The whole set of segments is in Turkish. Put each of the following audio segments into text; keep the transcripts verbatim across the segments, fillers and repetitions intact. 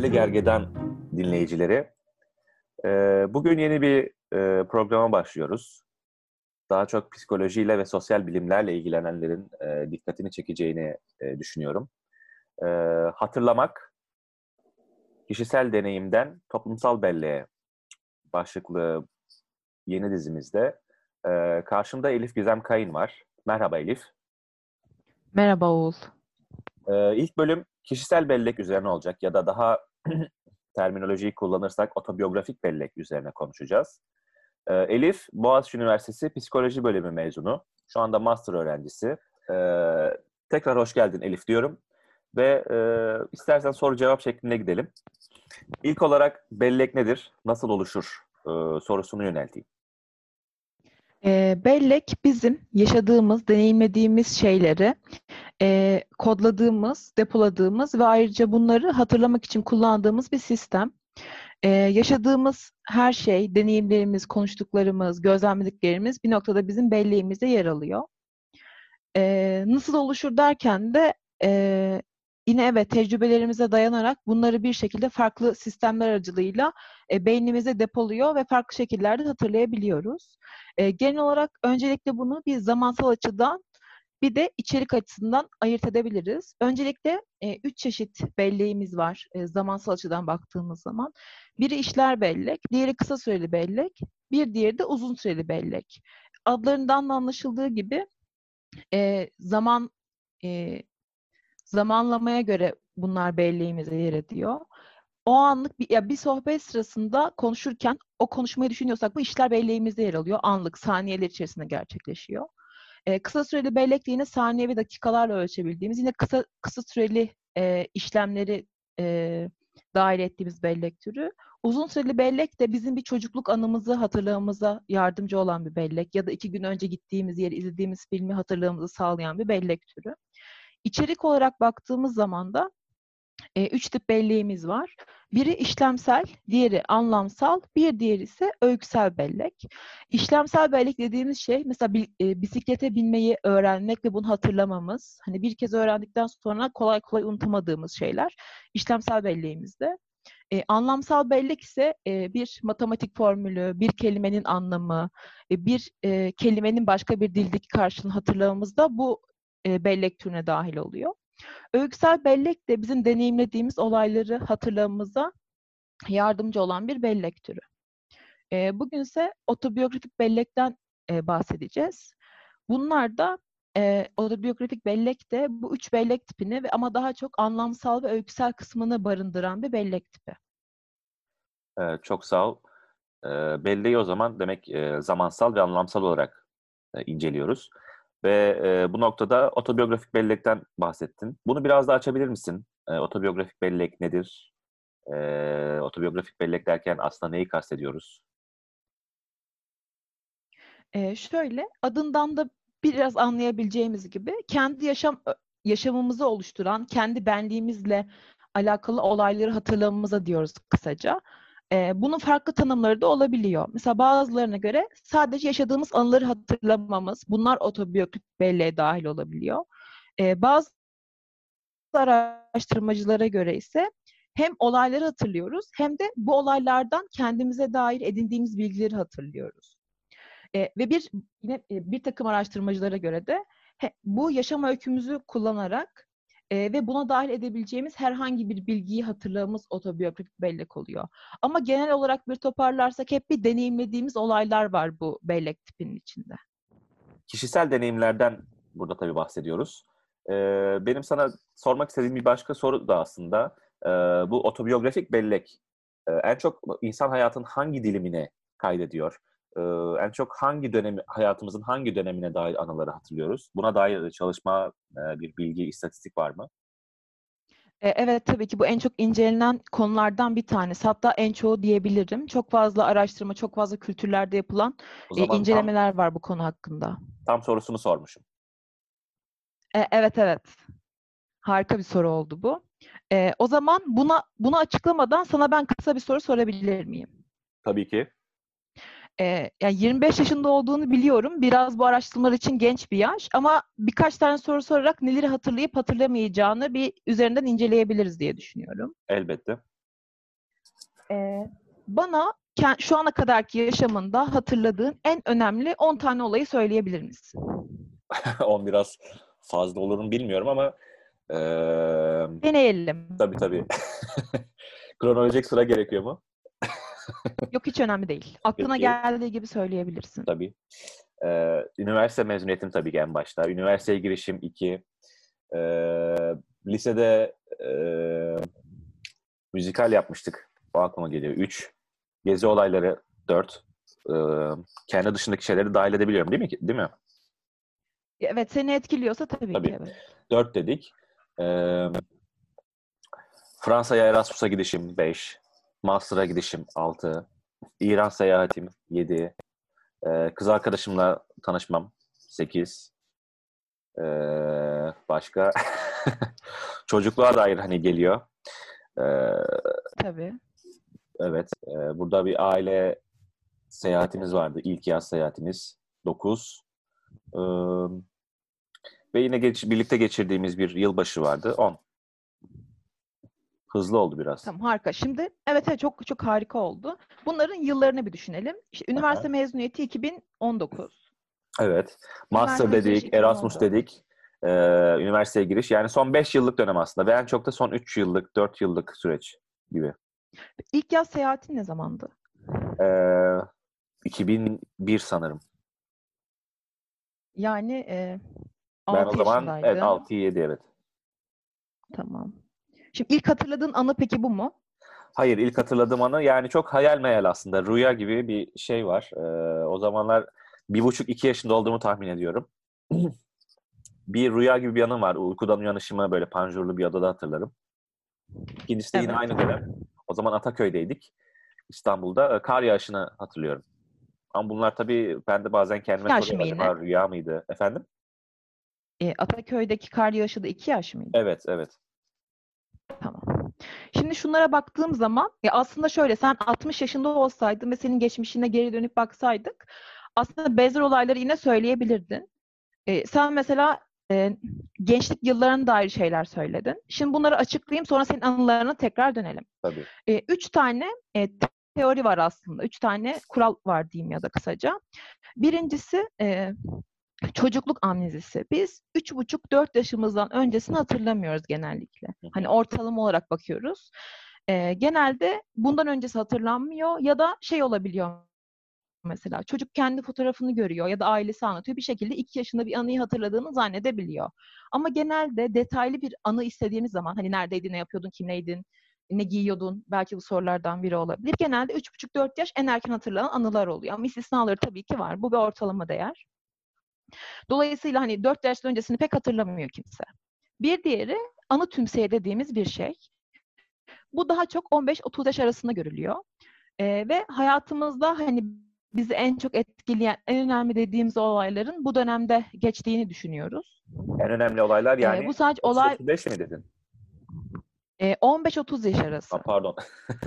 Değerli Gergedan dinleyicileri, bugün yeni bir programa başlıyoruz. Daha çok psikolojiyle ve sosyal bilimlerle ilgilenenlerin dikkatini çekeceğini düşünüyorum. Hatırlamak, kişisel deneyimden toplumsal belleğe başlıklı yeni dizimizde karşımda Elif Gizem Kayın var. Merhaba Elif. Merhaba Oğuz. İlk bölüm kişisel bellek üzerine olacak ya da daha terminolojiyi kullanırsak otobiyografik bellek üzerine konuşacağız. Ee, Elif, Boğaziçi Üniversitesi Psikoloji Bölümü mezunu. Şu anda master öğrencisi. Ee, tekrar hoş geldin Elif diyorum. Ve e, istersen soru cevap şeklinde gidelim. İlk olarak bellek nedir, nasıl oluşur e, sorusunu yönelteyim. E, bellek bizim yaşadığımız, deneyimlediğimiz şeyleri e, kodladığımız, depoladığımız ve ayrıca bunları hatırlamak için kullandığımız bir sistem. E, yaşadığımız her şey, deneyimlerimiz, konuştuklarımız, gözlemlediklerimiz bir noktada bizim belleğimizde yer alıyor. E, nasıl oluşur derken de e, yine evet tecrübelerimize dayanarak bunları bir şekilde farklı sistemler aracılığıyla e, beynimize depoluyor ve farklı şekillerde hatırlayabiliyoruz. E, genel olarak öncelikle bunu bir zamansal açıdan bir de içerik açısından ayırt edebiliriz. Öncelikle e, üç çeşit belleğimiz var e, zamansal açıdan baktığımız zaman. Biri işler bellek, diğeri kısa süreli bellek, bir diğeri de uzun süreli bellek. Adlarından da anlaşıldığı gibi e, zaman e, zamanlamaya göre bunlar belleğimize yer ediyor. O anlık bir, ya bir sohbet sırasında konuşurken o konuşmayı düşünüyorsak bu işler belleğimizde yer alıyor. Anlık, saniyeler içerisinde gerçekleşiyor. Ee, kısa süreli bellek de yine saniye ve dakikalarla ölçebildiğimiz yine kısa kısa süreli e, işlemleri e, dahil ettiğimiz bellek türü. Uzun süreli bellek de bizim bir çocukluk anımızı hatırlamamıza yardımcı olan bir bellek ya da iki gün önce gittiğimiz yeri, izlediğimiz filmi hatırlamamızı sağlayan bir bellek türü. İçerik olarak baktığımız zaman da e, üç tip belleğimiz var. Biri işlemsel, diğeri anlamsal, bir diğeri ise öyküsel bellek. İşlemsel bellek dediğimiz şey mesela bi, e, bisiklete binmeyi öğrenmek ve bunu hatırlamamız. Hani bir kez öğrendikten sonra kolay kolay unutamadığımız şeyler işlemsel belleğimizde. E, anlamsal bellek ise e, bir matematik formülü, bir kelimenin anlamı, e, bir e, kelimenin başka bir dildeki karşılığını hatırlamamız da bu e, bellek türüne dahil oluyor. Öyküsel bellek de bizim deneyimlediğimiz olayları hatırlamamıza yardımcı olan bir bellek türü. E, bugün ise otobiyografik bellekten e, bahsedeceğiz. Bunlar da e, otobiyografik bellek de bu üç bellek tipini ve ama daha çok anlamsal ve öyküsel kısmını barındıran bir bellek tipi. Ee, çok sağ ol. Ee, belleği o zaman demek e, zamansal ve anlamsal olarak e, inceliyoruz. Ve e, bu noktada otobiyografik bellekten bahsettin. Bunu biraz daha açabilir misin? E, otobiyografik bellek nedir? E, otobiyografik bellek derken aslında neyi kastediyoruz? E, şöyle, adından da biraz anlayabileceğimiz gibi kendi yaşam yaşamımızı oluşturan, kendi benliğimizle alakalı olayları hatırlamamıza diyoruz kısaca. E, bunun farklı tanımları da olabiliyor. Mesela bazılarına göre sadece yaşadığımız anıları hatırlamamız, bunlar otobiyografik belleğe dahil olabiliyor. E, bazı araştırmacılara göre ise hem olayları hatırlıyoruz hem de bu olaylardan kendimize dair edindiğimiz bilgileri hatırlıyoruz. E, ve bir yine e, bir takım araştırmacılara göre de he, bu yaşam öykümüzü kullanarak e, ve buna dahil edebileceğimiz herhangi bir bilgiyi hatırlamamız otobiyografik bellek oluyor. Ama genel olarak bir toparlarsak hep bir deneyimlediğimiz olaylar var bu bellek tipinin içinde. Kişisel deneyimlerden burada tabii bahsediyoruz. E, benim sana sormak istediğim bir başka soru da aslında e, bu otobiyografik bellek e, en çok insan hayatının hangi dilimine kaydediyor? Ee, en çok hangi dönemi, hayatımızın hangi dönemine dair anıları hatırlıyoruz? Buna dair çalışma, e, bir bilgi, istatistik var mı? E, evet tabii ki bu en çok incelenen konulardan bir tanesi. Hatta en çoğu diyebilirim. Çok fazla araştırma, çok fazla kültürlerde yapılan O e, zaman tam incelemeler var bu konu hakkında. tam sorusunu sormuşum. E, evet evet. Harika bir soru oldu bu. E, o zaman buna bunu açıklamadan sana ben kısa bir soru sorabilir miyim? Tabii ki. E, yani yirmi beş yaşında olduğunu biliyorum. Biraz bu araştırmalar için genç bir yaş. Ama birkaç tane soru sorarak neleri hatırlayıp hatırlamayacağını bir üzerinden inceleyebiliriz diye düşünüyorum. Elbette. Ee, bana ke- şu ana kadarki yaşamında hatırladığın en önemli on tane olayı söyleyebilir misin? on biraz fazla olur mu bilmiyorum ama ee, Deneyelim. tabii tabii. Kronolojik sıra gerekiyor mu? Yok, hiç önemli değil. Aklına Peki, geldiği gibi söyleyebilirsin. tabii. Ee, üniversite mezuniyetim tabii ki en başta. Üniversiteye girişim iki. Ee, lisede ee, müzikal yapmıştık. O aklıma geliyor. Üç. Gezi olayları dört. Ee, kendi dışındaki şeyleri dahil edebiliyorum değil mi? Değil mi? Evet, seni etkiliyorsa tabii ki Tabii. evet. Dört dedik. Ee, Fransa'ya Erasmus'a gidişim beş. Master'a gidişim altı. İran seyahatim yedi. Ee, kız arkadaşımla tanışmam sekiz. Ee, başka çocukluğa dair hani geliyor. Ee, Tabii. evet. E, burada bir aile seyahatimiz vardı. İlk yaz seyahatimiz. dokuz. Ee, ve yine geç, birlikte geçirdiğimiz bir yılbaşı vardı. on. Hızlı oldu biraz. Tamam, harika. Şimdi evet, evet, çok çok harika oldu. Bunların yıllarını bir düşünelim. İşte üniversite Aha. mezuniyeti iki bin on dokuz. Evet. Master Üniversiteye giriş dedik, Erasmus iki bin on dört. dedik. Ee, üniversiteye giriş. Yani son beş yıllık dönem aslında. Ve en çok da son üç yıllık, dört yıllık süreç gibi. İlk yaz seyahatin ne zamandı? Ee, iki bin bir sanırım. Yani e, Ben o altı zaman evet yaşındaydın. altı yedi evet. Tamam. Şimdi ilk hatırladığın anı peki bu mu? Hayır, ilk hatırladığım anı yani çok hayal meyal aslında. Rüya gibi bir şey var. Ee, o zamanlar bir buçuk iki yaşında olduğumu tahmin ediyorum. Bir rüya gibi bir anım var. Uykudan uyanışımı böyle panjurlu bir odada hatırlarım. İkincisi de yine Evet. aynı dönem. O zaman Ataköy'deydik. İstanbul'da. Ee, Kar yağışını hatırlıyorum. Ama bunlar tabii ben de bazen kendime Yaş soruyorum. mı yine? Acaba rüya mıydı? Efendim? E, Ataköy'deki kar yağışı da iki yaş mıydı? Evet, evet. Tamam. Şimdi şunlara baktığım zaman ya aslında şöyle, sen altmış yaşında olsaydın ve senin geçmişine geri dönüp baksaydık aslında benzer olayları yine söyleyebilirdin. E, sen mesela e, gençlik yıllarına dair şeyler söyledin. Şimdi bunları açıklayayım, sonra senin anılarına tekrar dönelim. Tabii. E, üç tane e, teori var aslında. Üç tane kural var diyeyim ya da kısaca. Birincisi e, çocukluk amnezisi. Biz üç buçuk dört yaşımızdan öncesini hatırlamıyoruz genellikle. Hı Hani hı. ortalama olarak bakıyoruz. Ee, genelde bundan öncesi hatırlanmıyor ya da şey olabiliyor mesela. Çocuk kendi fotoğrafını görüyor ya da ailesi anlatıyor. Bir şekilde iki yaşında bir anıyı hatırladığını zannedebiliyor. Ama genelde detaylı bir anı istediğimiz zaman hani neredeydin, ne yapıyordun, kimleydin, ne giyiyordun, belki bu sorulardan biri olabilir. Genelde üç buçuk dört yaş en erken hatırlanan anılar oluyor. Ama istisnaları tabii ki var. Bu bir ortalama değer. Dolayısıyla hani dört yaş öncesini pek hatırlamıyor kimse. Bir diğeri anı tümseyi dediğimiz bir şey. Bu daha çok on beş otuz yaş arasında görülüyor. Ee, ve hayatımızda hani bizi en çok etkileyen, en önemli dediğimiz olayların bu dönemde geçtiğini düşünüyoruz. En önemli olaylar Ee, bu yani sadece olay otuz otuz beş mi dedin? e, on beş otuz yaş Ha, arası. pardon.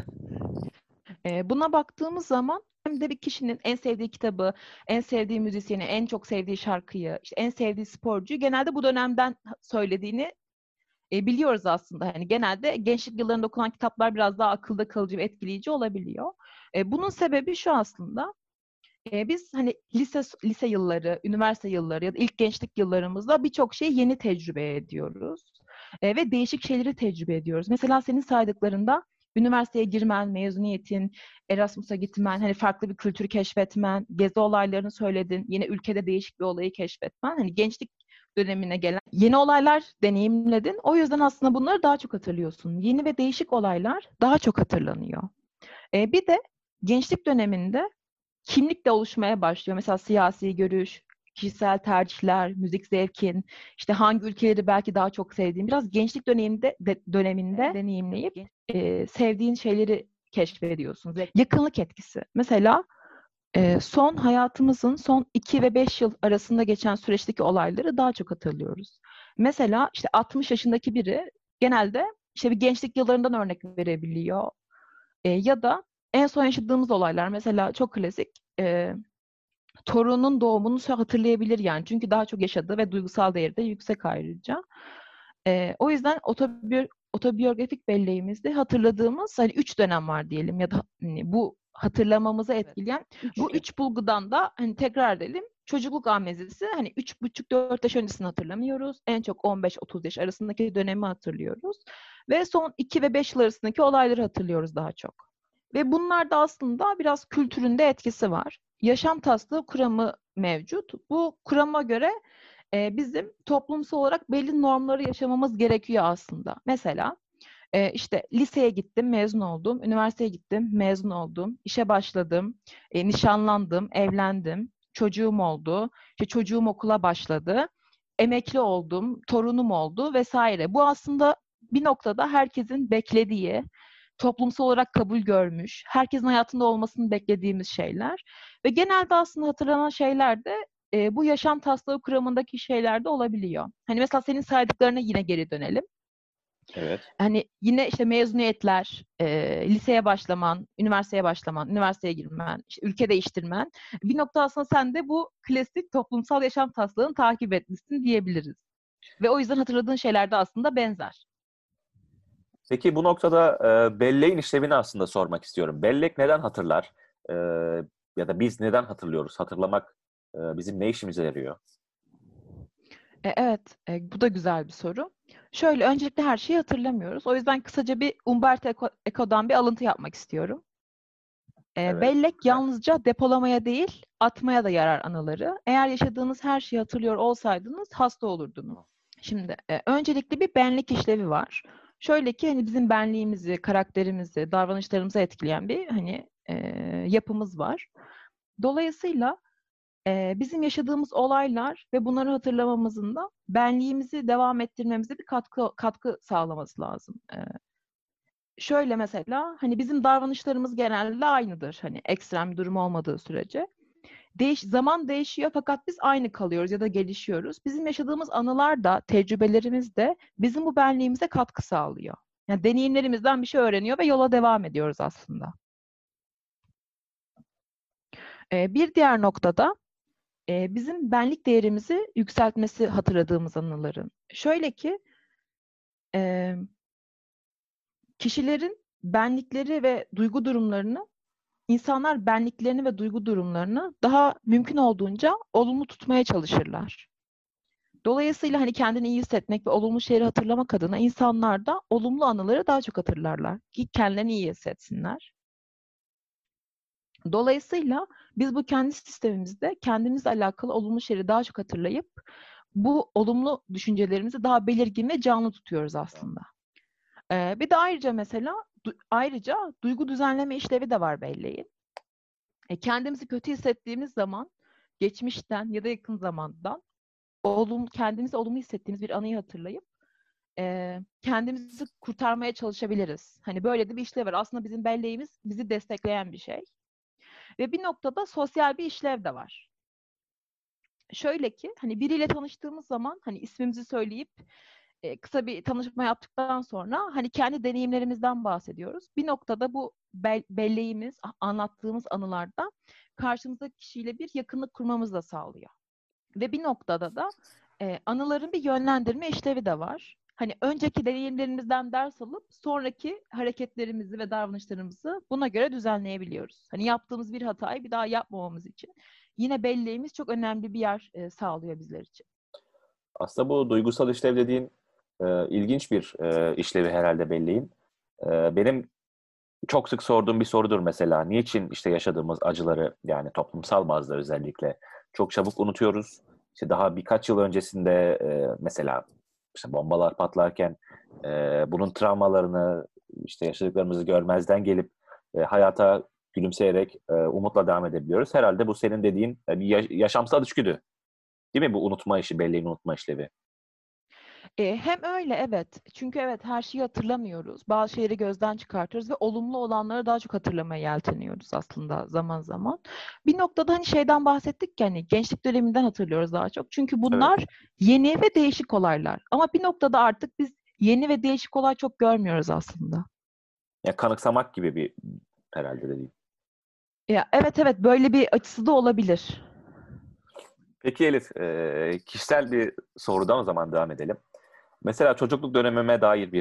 E, buna baktığımız zaman hem de bir kişinin en sevdiği kitabı, en sevdiği müzisyeni, en çok sevdiği şarkıyı, işte en sevdiği sporcuyu genelde bu dönemden söylediğini e, biliyoruz aslında. Hani genelde gençlik yıllarında okunan kitaplar biraz daha akılda kalıcı ve etkileyici olabiliyor. E, bunun sebebi şu aslında. E, biz hani lise lise yılları, üniversite yılları ya da ilk gençlik yıllarımızda birçok şeyi yeni tecrübe ediyoruz. E, ve değişik şeyleri tecrübe ediyoruz. Mesela senin saydıklarında üniversiteye girmen, mezuniyetin, Erasmus'a gitmen, hani farklı bir kültürü keşfetmen, gezi olaylarını söyledin, yine ülkede değişik bir olayı keşfetmen, hani gençlik dönemine gelen yeni olaylar deneyimledin. O yüzden aslında bunları daha çok hatırlıyorsun. Yeni ve değişik olaylar daha çok hatırlanıyor. E, bir de gençlik döneminde kimlik de oluşmaya başlıyor. Mesela siyasi görüş, kişisel tercihler, müzik zevkin, işte hangi ülkeleri belki daha çok sevdiğin, biraz gençlik döneminde de, döneminde deneyimleyip e, sevdiğin şeyleri keşfediyorsun. Yakınlık etkisi. Mesela e, son hayatımızın son iki ve beş yıl arasında geçen süreçteki olayları daha çok hatırlıyoruz. Mesela işte altmış yaşındaki biri genelde işte bir gençlik yıllarından örnek verebiliyor. E, ya da en son yaşadığımız olaylar mesela çok klasik e, torunun doğumunu hatırlayabilir yani. Çünkü daha çok yaşadığı ve duygusal değeri de yüksek ayrıca. E, o yüzden otobiyo otobiyografik belleğimizde hatırladığımız hani üç dönem var diyelim ya da hani bu hatırlamamızı etkileyen Üç bu tip. üç bulgudan da hani tekrar edelim. Çocukluk amnezisi hani üç buçuk dört yaş öncesini hatırlamıyoruz. En çok on beş otuz yaş arasındaki dönemi hatırlıyoruz. Ve son iki ve beş yıl arasındaki olayları hatırlıyoruz daha çok. Ve bunlarda aslında biraz kültüründe etkisi var. Yaşam taslağı kuramı mevcut. Bu kurama göre e, bizim toplumsal olarak belli normları yaşamamız gerekiyor aslında. Mesela e, işte liseye gittim, mezun oldum. Üniversiteye gittim, mezun oldum. İşe başladım, e, nişanlandım, evlendim. Çocuğum oldu. İşte çocuğum okula başladı. Emekli oldum, torunum oldu vesaire. Bu aslında bir noktada herkesin beklediği, toplumsal olarak kabul görmüş, herkesin hayatında olmasını beklediğimiz şeyler. Ve genelde aslında hatırlanan şeyler de e, bu yaşam taslağı kuramındaki şeyler de olabiliyor. Hani mesela senin saydıklarına yine geri dönelim. Evet. Hani yine işte mezuniyetler, e, liseye başlaman, üniversiteye başlaman, üniversiteye girmen, işte ülke değiştirmen. Bir nokta aslında sen de bu klasik toplumsal yaşam taslağını takip etmişsin diyebiliriz. Ve o yüzden hatırladığın şeyler de aslında benzer. Peki bu noktada e, belleğin işlevini aslında sormak istiyorum. Bellek neden hatırlar? E, ya da biz neden hatırlıyoruz? Hatırlamak e, bizim ne işimize yarıyor? E, evet, e, bu da güzel bir soru. Şöyle, öncelikle her şeyi hatırlamıyoruz. O yüzden kısaca bir Umberto Eco- Eco'dan bir alıntı yapmak istiyorum. E, Evet. bellek yalnızca depolamaya değil, atmaya da yarar anıları. Eğer yaşadığınız her şeyi hatırlıyor olsaydınız hasta olurdunuz. Şimdi e, öncelikle bir benlik işlevi var. Şöyle ki hani bizim benliğimizi, karakterimizi, davranışlarımızı etkileyen bir hani e, yapımız var. Dolayısıyla e, bizim yaşadığımız olaylar ve bunları hatırlamamızın da benliğimizi devam ettirmemize bir katkı katkı sağlaması lazım. E, şöyle mesela hani bizim davranışlarımız genelde aynıdır. Hani ekstrem bir durum olmadığı sürece. Değiş, zaman değişiyor fakat biz aynı kalıyoruz ya da gelişiyoruz. Bizim yaşadığımız anılar da, tecrübelerimiz de bizim bu benliğimize katkı sağlıyor. Yani deneyimlerimizden bir şey öğreniyor ve yola devam ediyoruz aslında. Ee, bir diğer noktada e, bizim benlik değerimizi yükseltmesi hatırladığımız anıların. Şöyle ki e, kişilerin benlikleri ve duygu durumlarını İnsanlar benliklerini ve duygu durumlarını daha mümkün olduğunca olumlu tutmaya çalışırlar. Dolayısıyla hani kendini iyi hissetmek ve olumlu şeyleri hatırlamak adına insanlar da olumlu anıları daha çok hatırlarlar ki kendilerini iyi hissetsinler. Dolayısıyla biz bu kendi sistemimizde kendimizle alakalı olumlu şeyleri daha çok hatırlayıp bu olumlu düşüncelerimizi daha belirgin ve canlı tutuyoruz aslında. Ee, bir de ayrıca mesela du- ayrıca duygu düzenleme işlevi de var belleğin. E, kendimizi kötü hissettiğimiz zaman geçmişten ya da yakın zamandan olum, kendimizi olumlu hissettiğimiz bir anıyı hatırlayıp e, kendimizi kurtarmaya çalışabiliriz. Hani böyle de bir işlev var. Aslında bizim belleğimiz bizi destekleyen bir şey. Ve bir noktada sosyal bir işlev de var. Şöyle ki hani biriyle tanıştığımız zaman hani ismimizi söyleyip e, kısa bir tanışma yaptıktan sonra hani kendi deneyimlerimizden bahsediyoruz. Bir noktada bu bel- belleğimiz, a- anlattığımız anılarda karşımızdaki kişiyle bir yakınlık kurmamızı da sağlıyor. Ve bir noktada da e, anıların bir yönlendirme işlevi de var. Hani önceki deneyimlerimizden ders alıp sonraki hareketlerimizi ve davranışlarımızı buna göre düzenleyebiliyoruz. Hani yaptığımız bir hatayı bir daha yapmamamız için yine belleğimiz çok önemli bir yer e, sağlıyor bizler için. Aslında bu duygusal işlev dediğin e, ilginç bir e, işlevi herhalde belleğin. E, benim çok sık sorduğum bir sorudur mesela. Niçin işte yaşadığımız acıları yani toplumsal bazda özellikle çok çabuk unutuyoruz? İşte daha birkaç yıl öncesinde e, mesela işte bombalar patlarken e, bunun travmalarını işte yaşadıklarımızı görmezden gelip e, hayata gülümseyerek e, umutla devam edebiliyoruz. Herhalde bu senin dediğin e, bir ya- yaşamsal içgüdü. Değil mi bu unutma işi, belleğin unutma işlevi? E, hem öyle evet. Çünkü evet her şeyi hatırlamıyoruz. Bazı şeyleri gözden çıkartıyoruz ve olumlu olanları daha çok hatırlamaya yelteniyoruz aslında zaman zaman. Bir noktada hani şeyden bahsettik ki hani gençlik döneminden hatırlıyoruz daha çok. Çünkü Evet. bunlar yeni ve değişik olaylar. Ama bir noktada artık biz yeni ve değişik olay çok görmüyoruz aslında. Ya kanıksamak gibi bir herhalde dediğim. Ya evet evet böyle bir açısı da olabilir. Peki Elif, e, kişisel bir sorudan o zaman devam edelim. Mesela çocukluk dönemime dair bir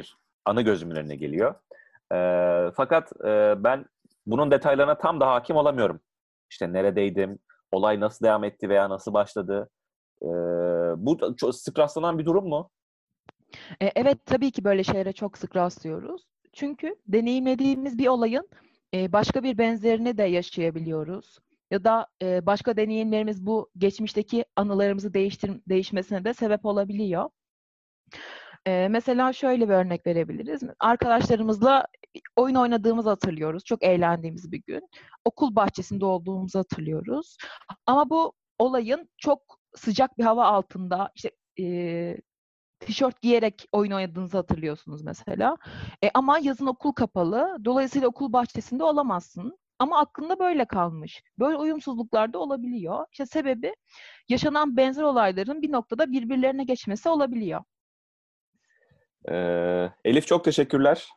anı gözümün önüne geliyor. E, fakat e, ben bunun detaylarına tam da hakim olamıyorum. İşte neredeydim, olay nasıl devam etti veya nasıl başladı. E, bu da çok sık rastlanan bir durum mu? E, evet, tabii ki böyle şeylere çok sık rastlıyoruz. Çünkü deneyimlediğimiz bir olayın e, başka bir benzerini de yaşayabiliyoruz. Ya da e, başka deneyimlerimiz bu geçmişteki anılarımızı değiştir değişmesine de sebep olabiliyor. E, mesela şöyle bir örnek verebiliriz. Arkadaşlarımızla oyun oynadığımızı hatırlıyoruz. Çok eğlendiğimiz bir gün. Okul bahçesinde olduğumuzu hatırlıyoruz. Ama bu olayın çok sıcak bir hava altında, işte e, tişört giyerek oyun oynadığınızı hatırlıyorsunuz mesela. E, ama yazın okul kapalı. Dolayısıyla okul bahçesinde olamazsın. Ama aklında böyle kalmış. Böyle uyumsuzluklar da olabiliyor. İşte sebebi yaşanan benzer olayların bir noktada birbirlerine geçmesi olabiliyor. E, Elif çok teşekkürler.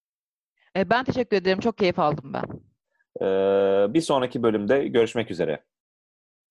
E, ben teşekkür ederim. Çok keyif aldım ben. E, bir sonraki bölümde görüşmek üzere.